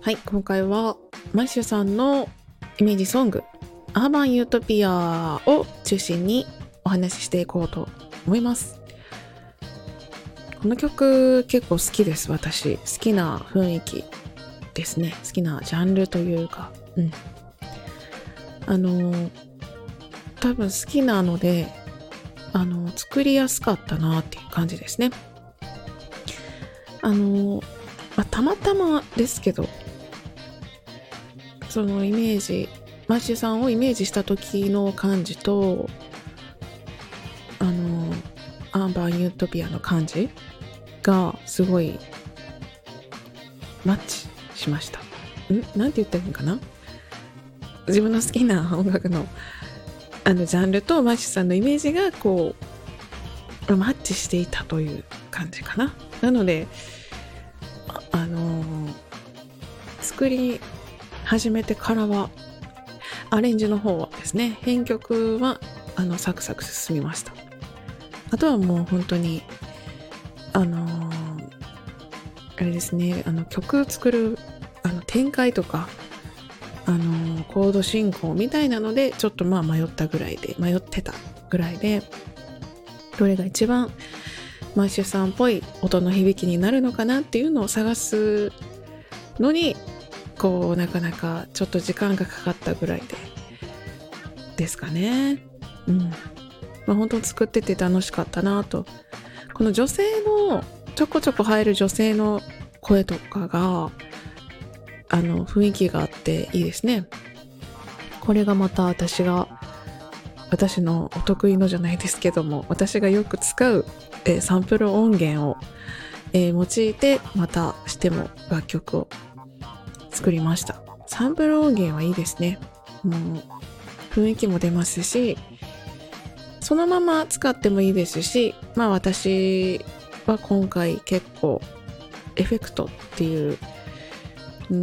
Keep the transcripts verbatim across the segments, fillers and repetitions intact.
はい、今回はマッシュさんのイメージソングアーバンユートピアを中心にお話ししていこうと思います。この曲結構好きです。私好きな雰囲気ですね。好きなジャンルというか、うんあの多分好きなのであの作りやすかったなっていう感じですね。あの、まあ、たまたまですけどそのイメージマッシュさんをイメージした時の感じとあのアーバンユートピアの感じがすごいマッチしました。んなんて言ったらいいのかな。自分の好きな音楽のあのジャンルとマッシュさんのイメージがこうマッチしていたという感じかな。なので あ、あのー、作り始めてからはアレンジの方はですね、編曲はあのサクサク進みました。あとはもう本当にあのー、あれですね、あの曲作るあの展開とかあのー、コード進行みたいなのでちょっとまあ迷ったぐらいで迷ってたぐらいで、どれが一番マッシュさんっぽい音の響きになるのかなっていうのを探すのにこうなかなかちょっと時間がかかったぐらいでですかね。うん。まあ本当に作ってて楽しかったなと。この女性のちょこちょこ入る女性の声とかがあの雰囲気があっていいですね。これがまた私が私のお得意のじゃないですけども、私がよく使う、えー、サンプル音源を、えー、用いてまたしても楽曲を作りました。サンプル音源はいいですね。もう雰囲気も出ますし、そのまま使ってもいいですし、まあ私は今回結構エフェクトっていう、うん、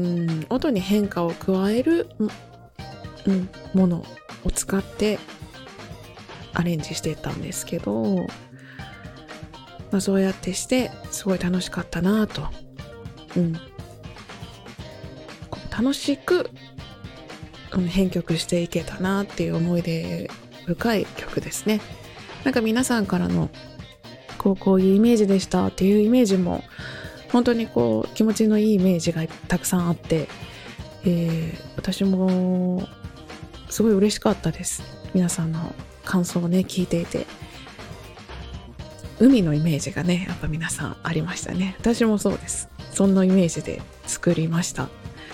音に変化を加える、うん、ものを使ってアレンジしていったんですけど、まあ、そうやってしてすごい楽しかったなと、うん、楽しく編曲していけたなっていう思い出深い曲ですね。なんか皆さんからのこうこういうイメージでしたっていうイメージも本当にこう気持ちのいいイメージがたくさんあって、えー、私もすごい嬉しかったです。皆さんの感想をね聞いていて、海のイメージがねやっぱ皆さんありましたね。私もそうです。そんなイメージで作りました。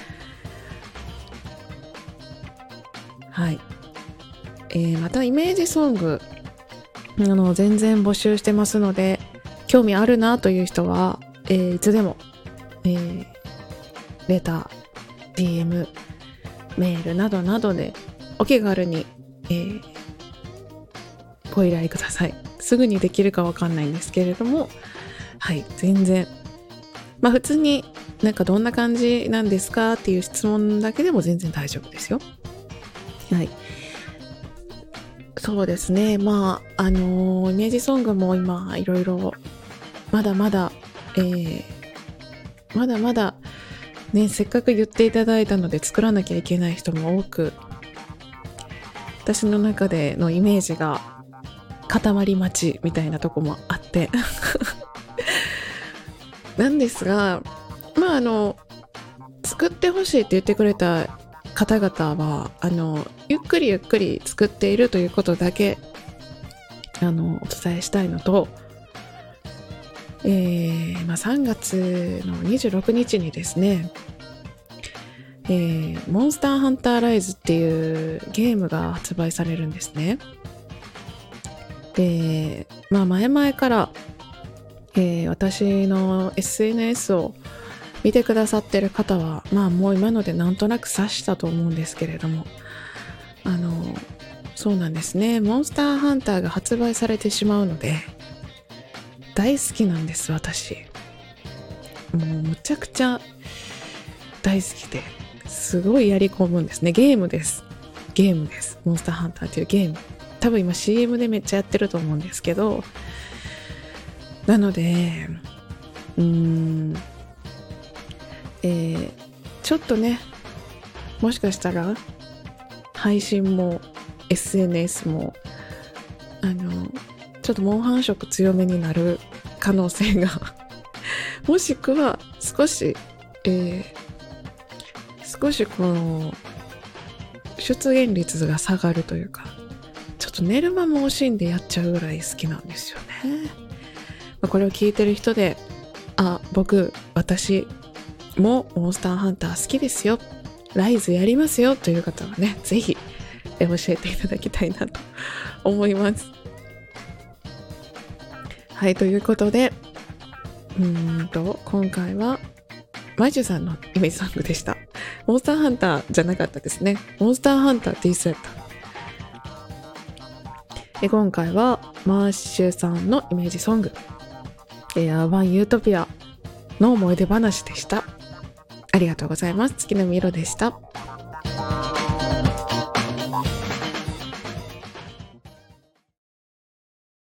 はい、えー、またイメージソングあの全然募集してますので、興味あるなという人は、えー、いつでも、えー、レター、ディーエム、メールなどなどでお気軽に、えー、ご依頼ください。すぐにできるかわかんないんですけれども、はい全然まあ普通になんかどんな感じなんですかっていう質問だけでも全然大丈夫ですよ。はい、そうですね。まああのー、イメージソングも今いろいろまだまだ、えー、まだまだねせっかく言っていただいたので作らなきゃいけない人も多く、私の中でのイメージが固まり待ちみたいなとこもあってなんですが、まああの作ってほしいって言ってくれた方々はあのゆっくりゆっくり作っているということだけあのお伝えしたいのと、えーまあ、さんがつのにじゅうろくにちにですね、えー、モンスターハンターライズっていうゲームが発売されるんですね。で、まあ前々から、えー、私の エスエヌエス を見てくださってる方はまあもう今のでなんとなく察したと思うんですけれども、あのそうなんですね。モンスターハンターが発売されてしまうので大好きなんです。私もうむちゃくちゃ大好きですごいやり込むんですね。ゲームですゲームですモンスターハンターというゲーム、多分今 シーエム でめっちゃやってると思うんですけど、なのでうーんえー、 ちょっとね、もしかしたら配信も エスエヌエス もあのちょっとモンハン色強めになる可能性がもしくは少し、えー、少しこの出現率が下がるというか、ちょっと寝る間も惜しんでやっちゃうぐらい好きなんですよね。これを聞いてる人で、あ、僕私もモンスターハンター好きですよ、ライズやりますよという方はね、ぜひ教えていただきたいなと思います。はい、ということで、うーんと今回はマイチュさんのイメージソングでした。モンスターハンターじゃなかったですね。モンスターハンターって言いそうやった。で今回はマーシュさんのイメージソング、エアーバンユートピアの思い出話でした。ありがとうございます。月のみろでした。